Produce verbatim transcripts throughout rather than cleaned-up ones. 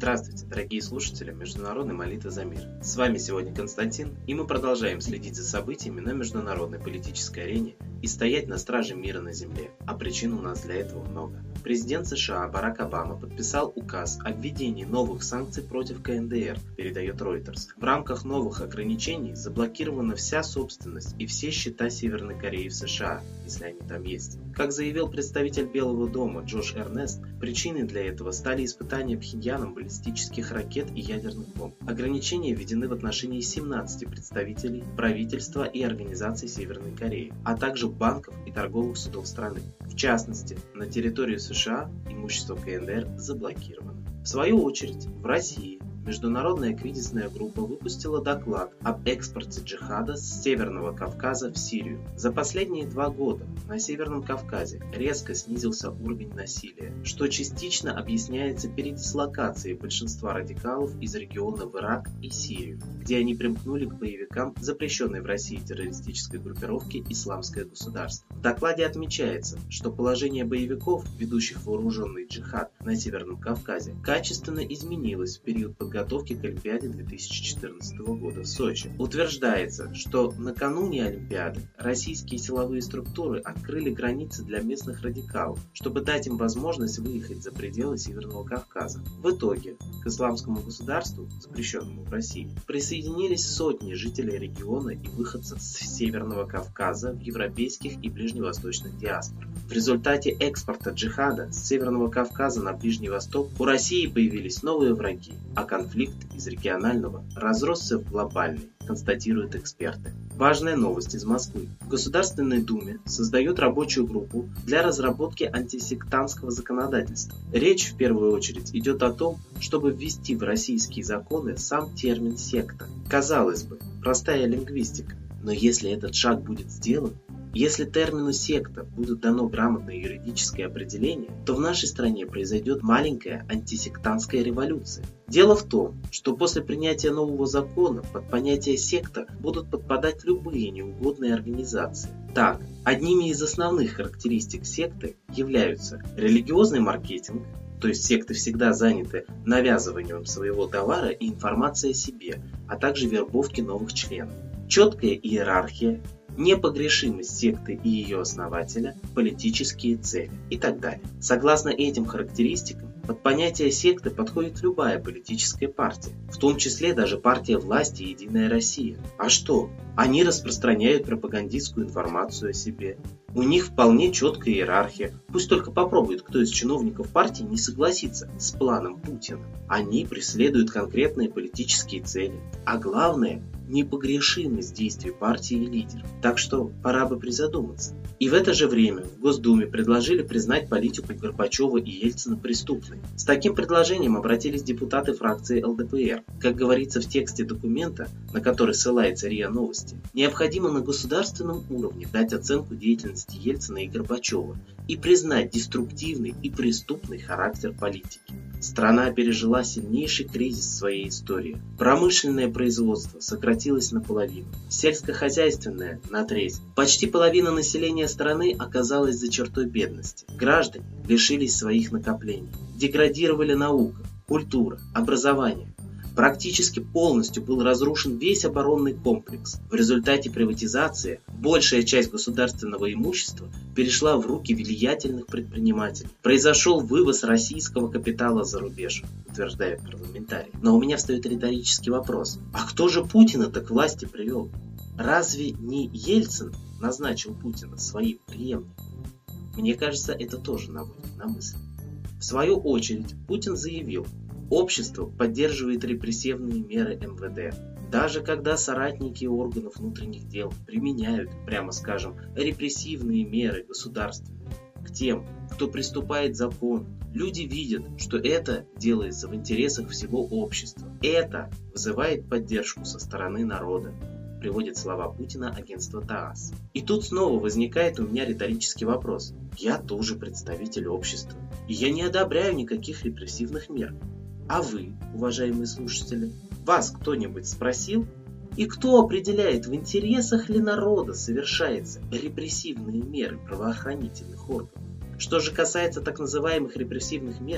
Здравствуйте, дорогие слушатели Международной молитвы за мир. С вами сегодня Константин, и мы продолжаем следить за событиями на международной политической арене и стоять на страже мира на земле, а причин у нас для этого много. Президент США Барак Обама подписал указ о введении новых санкций против ка эн дэ эр, передает Reuters. В рамках новых ограничений заблокирована вся собственность и все счета Северной Кореи в США, если они там есть. Как заявил представитель Белого дома Джош Эрнест, причиной для этого стали испытания Пхеньяном баллистических ракет и ядерных бомб. Ограничения введены в отношении семнадцати представителей правительства и организаций Северной Кореи, а также банков и торговых судов страны. В частности, на территории США имущество ка эн дэ эр заблокировано. В свою очередь, в России Международная кризисная группа выпустила доклад об экспорте джихада с Северного Кавказа в Сирию. За последние два года на Северном Кавказе резко снизился уровень насилия, что частично объясняется передислокацией большинства радикалов из региона в Ирак и Сирию, где они примкнули к боевикам запрещенной в России террористической группировки «Исламское государство». В докладе отмечается, что положение боевиков, ведущих вооруженный джихад на Северном Кавказе, качественно изменилось в период подготовки подготовки к Олимпиаде две тысячи четырнадцатого года в Сочи. Утверждается, что накануне Олимпиады российские силовые структуры открыли границы для местных радикалов, чтобы дать им возможность выехать за пределы Северного Кавказа. В итоге к исламскому государству, запрещенному в России, присоединились сотни жителей региона и выходцев с Северного Кавказа в европейских и ближневосточных диаспорах. В результате экспорта джихада с Северного Кавказа на Ближний Восток у России появились новые враги, а конфликт из регионального разросся в глобальный, констатируют эксперты. Важная новость из Москвы. В Государственной Думе создают рабочую группу для разработки антисектантского законодательства. Речь в первую очередь идет о том, чтобы ввести в российские законы сам термин «секта». Казалось бы, простая лингвистика. Но если этот шаг будет сделан, если термину «секта» будет дано грамотное юридическое определение, то в нашей стране произойдет маленькая антисектантская революция. Дело в том, что после принятия нового закона под понятие «секта» будут подпадать любые неугодные организации. Так, одними из основных характеристик секты являются религиозный маркетинг, то есть секты всегда заняты навязыванием своего товара и информацией о себе, а также вербовки новых членов, четкая иерархия, непогрешимость секты и ее основателя, политические цели и так далее. Согласно этим характеристикам, под понятие секты подходит любая политическая партия, в том числе даже партия власти «Единая Россия». А что? Они распространяют пропагандистскую информацию о себе. У них вполне четкая иерархия. Пусть только попробует кто из чиновников партии не согласиться с планом Путина. Они преследуют конкретные политические цели. А главное – непогрешимость действий партии и лидеров. Так что пора бы призадуматься. И в это же время в Госдуме предложили признать политику Горбачева и Ельцина преступной. С таким предложением обратились депутаты фракции эл дэ пэ эр. Как говорится в тексте документа, на который ссылается РИА Новости, необходимо на государственном уровне дать оценку деятельности Ельцина и Горбачева и признать деструктивный и преступный характер политики. Страна пережила сильнейший кризис в своей истории. Промышленное производство сократилось наполовину, сельскохозяйственное – на треть. Почти половина населения страны оказалась за чертой бедности. Граждане лишились своих накоплений. Деградировали наука, культура, образование. Практически полностью был разрушен весь оборонный комплекс. В результате приватизации большая часть государственного имущества перешла в руки влиятельных предпринимателей. Произошел вывоз российского капитала за рубеж, утверждает парламентарий. Но у меня встает риторический вопрос. А кто же Путина-то к власти привел? Разве не Ельцин назначил Путина своим преемником? Мне кажется, это тоже наводит на мысль. В свою очередь, Путин заявил, общество поддерживает репрессивные меры эм вэ дэ, даже когда соратники органов внутренних дел применяют, прямо скажем, репрессивные меры государственные к тем, кто приступает к закону. Люди видят, что это делается в интересах всего общества. Это вызывает поддержку со стороны народа, приводит слова Путина агентство ТАСС. И тут снова возникает у меня риторический вопрос. Я тоже представитель общества, и я не одобряю никаких репрессивных мер. А вы, уважаемые слушатели, вас кто-нибудь спросил? И кто определяет, в интересах ли народа совершаются репрессивные меры правоохранительных органов? Что же касается так называемых репрессивных мер,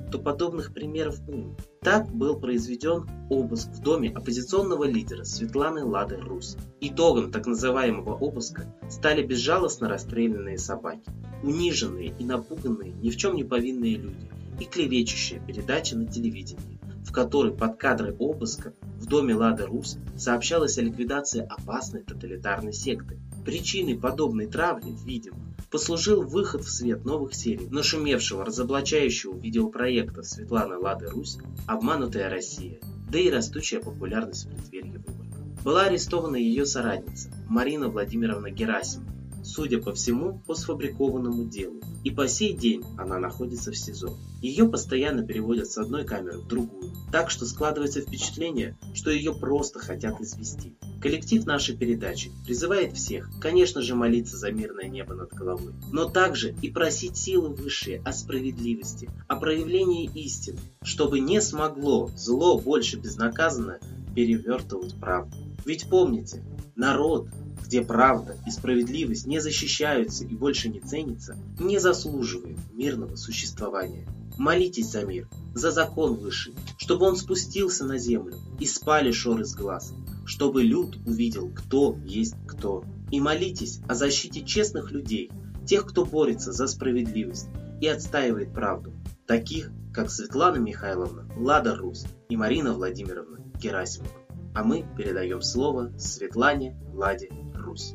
то подобных примеров уйма. Так был произведен обыск в доме оппозиционного лидера Светланы Лады Русь. Итогом так называемого обыска стали безжалостно расстрелянные собаки, униженные и напуганные ни в чем не повинные люди и клевещущая передача на телевидении, в которой под кадры обыска в доме Лады Русь сообщалось о ликвидации опасной тоталитарной секты. Причиной подобной травли, видимо, послужил выход в свет новых серий нашумевшего разоблачающего видеопроекта Светланы Лады Русь «Обманутая Россия», да и растущая популярность в преддверии выборов. Была арестована ее соратница Марина Владимировна Герасимова, судя по всему, по сфабрикованному делу, и по сей день она находится в СИЗО. Ее постоянно переводят с одной камеры в другую, так что складывается впечатление, что ее просто хотят извести. Коллектив нашей передачи призывает всех, конечно же, молиться за мирное небо над головой, но также и просить силы высшие о справедливости, о проявлении истины, чтобы не смогло зло больше безнаказанно перевертывать правду. Ведь помните, народ, где правда и справедливость не защищаются и больше не ценятся, не заслуживает мирного существования. Молитесь за мир, за закон высший, чтобы он спустился на землю и спали шоры с глаз, чтобы люд увидел, кто есть кто. И молитесь о защите честных людей, тех, кто борется за справедливость и отстаивает правду, таких, как Светлана Михайловна Лада Русь и Марина Владимировна Герасимова. А мы передаем слово Светлане Ладе Русь.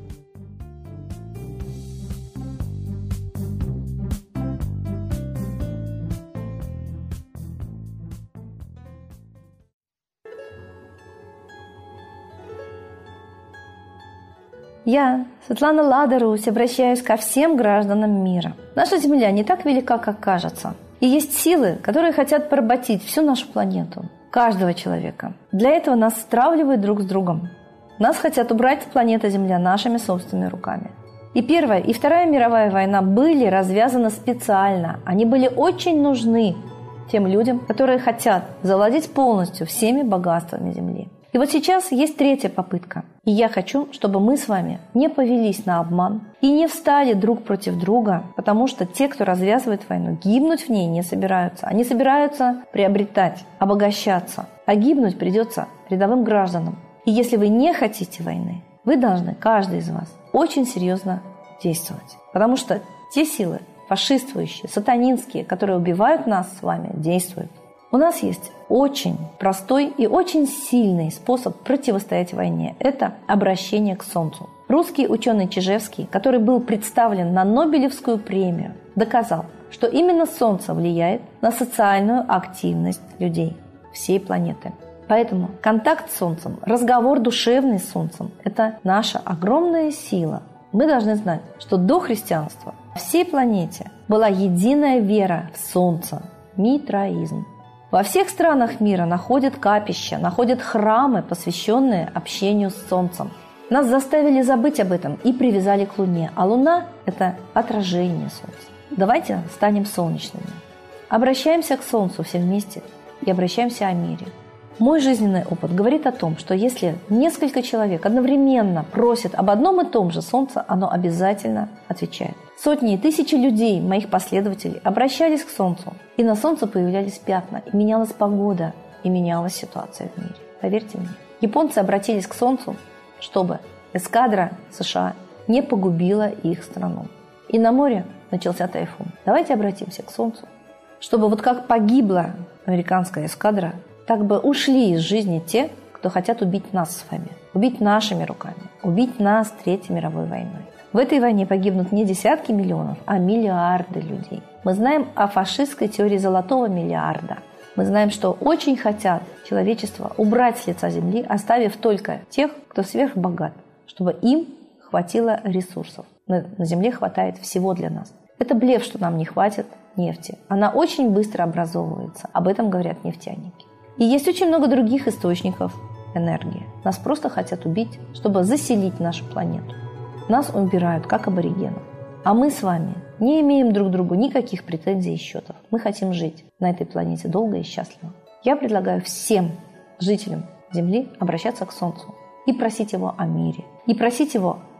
Я, Светлана Лада Русь, обращаюсь ко всем гражданам мира. Наша Земля не так велика, как кажется. И есть силы, которые хотят поработить всю нашу планету, каждого человека. Для этого нас стравливают друг с другом. Нас хотят убрать с планеты Земля нашими собственными руками. И Первая, и Вторая мировая война были развязаны специально. Они были очень нужны тем людям, которые хотят завладеть полностью всеми богатствами Земли. И вот сейчас есть третья попытка. И я хочу, чтобы мы с вами не повелись на обман и не встали друг против друга, потому что те, кто развязывает войну, гибнуть в ней не собираются. Они собираются приобретать, обогащаться. А гибнуть придется рядовым гражданам. И если вы не хотите войны, вы должны, каждый из вас, очень серьезно действовать. Потому что те силы, фашистующие, сатанинские, которые убивают нас с вами, действуют. У нас есть очень простой и очень сильный способ противостоять войне. Это обращение к Солнцу. Русский ученый Чижевский, который был представлен на Нобелевскую премию, доказал, что именно Солнце влияет на социальную активность людей всей планеты. Поэтому контакт с Солнцем, разговор душевный с Солнцем – это наша огромная сила. Мы должны знать, что до христианства на всей планете была единая вера в Солнце – митраизм. Во всех странах мира находят капища, находят храмы, посвященные общению с Солнцем. Нас заставили забыть об этом и привязали к Луне, а Луна – это отражение Солнца. Давайте станем солнечными. Обращаемся к Солнцу все вместе и обращаемся о мире. Мой жизненный опыт говорит о том, что если несколько человек одновременно просят об одном и том же Солнце, оно обязательно отвечает. Сотни и тысячи людей, моих последователей, обращались к Солнцу, и на Солнце появлялись пятна, и менялась погода, и менялась ситуация в мире. Поверьте мне. Японцы обратились к Солнцу, чтобы эскадра США не погубила их страну. И на море начался тайфун. Давайте обратимся к Солнцу, чтобы вот как погибла американская эскадра, так бы ушли из жизни те, кто хотят убить нас с вами, убить нашими руками, убить нас Третьей мировой войной. В этой войне погибнут не десятки миллионов, а миллиарды людей. Мы знаем о фашистской теории золотого миллиарда. Мы знаем, что очень хотят человечество убрать с лица земли, оставив только тех, кто сверхбогат, чтобы им хватило ресурсов. На, на земле хватает всего для нас. Это блеф, что нам не хватит нефти. Она очень быстро образовывается. Об этом говорят нефтяники. И есть очень много других источников энергии. Нас просто хотят убить, чтобы заселить нашу планету. Нас убирают, как аборигенов. А мы с вами не имеем друг к другу никаких претензий и счетов. Мы хотим жить на этой планете долго и счастливо. Я предлагаю всем жителям Земли обращаться к Солнцу и просить его о мире. И просить его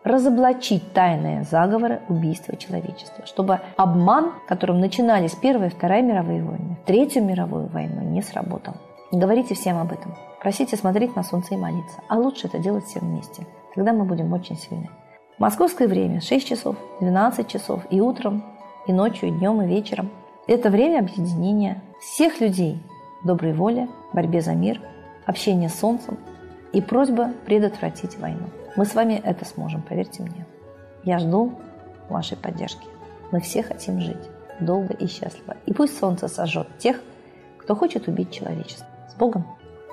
разоблачить тайные заговоры убийства человечества, чтобы обман, которым начинались Первая и Вторая мировые войны, Третью мировую войну, не сработал. Говорите всем об этом. Просите смотреть на солнце и молиться. А лучше это делать все вместе. Тогда мы будем очень сильны. Московское время шесть часов, двенадцать часов и утром, и ночью, и днем, и вечером. Это время объединения всех людей, доброй воли, борьбе за мир, общения с солнцем и просьба предотвратить войну. Мы с вами это сможем, поверьте мне. Я жду вашей поддержки. Мы все хотим жить долго и счастливо. И пусть солнце сожжет тех, кто хочет убить человечество. С Богом!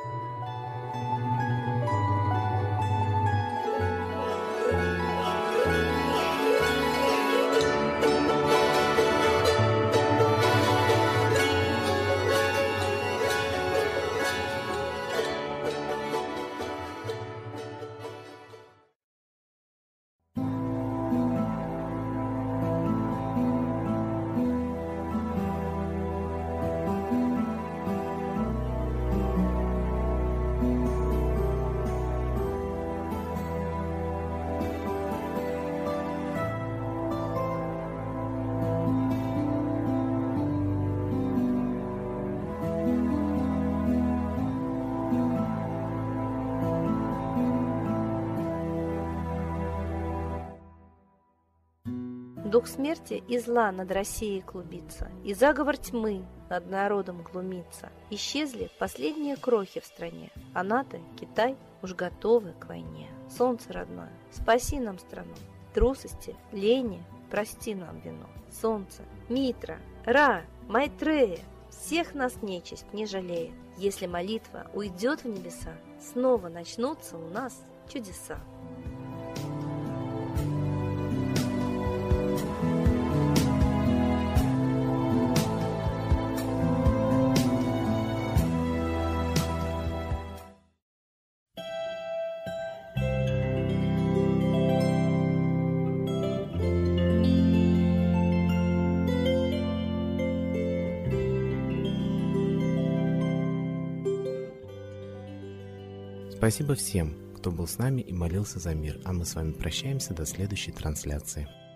Дух смерти и зла над Россией клубится, и заговор тьмы над народом глумится. Исчезли последние крохи в стране, а НАТО, Китай уж готовы к войне. Солнце родное, спаси нам страну, трусости, лени, прости нам вину. Солнце, Митра, Ра, Майтрея, всех нас нечисть не жалеет. Если молитва уйдет в небеса, снова начнутся у нас чудеса. Спасибо всем, кто был с нами и молился за мир, а мы с вами прощаемся до следующей трансляции.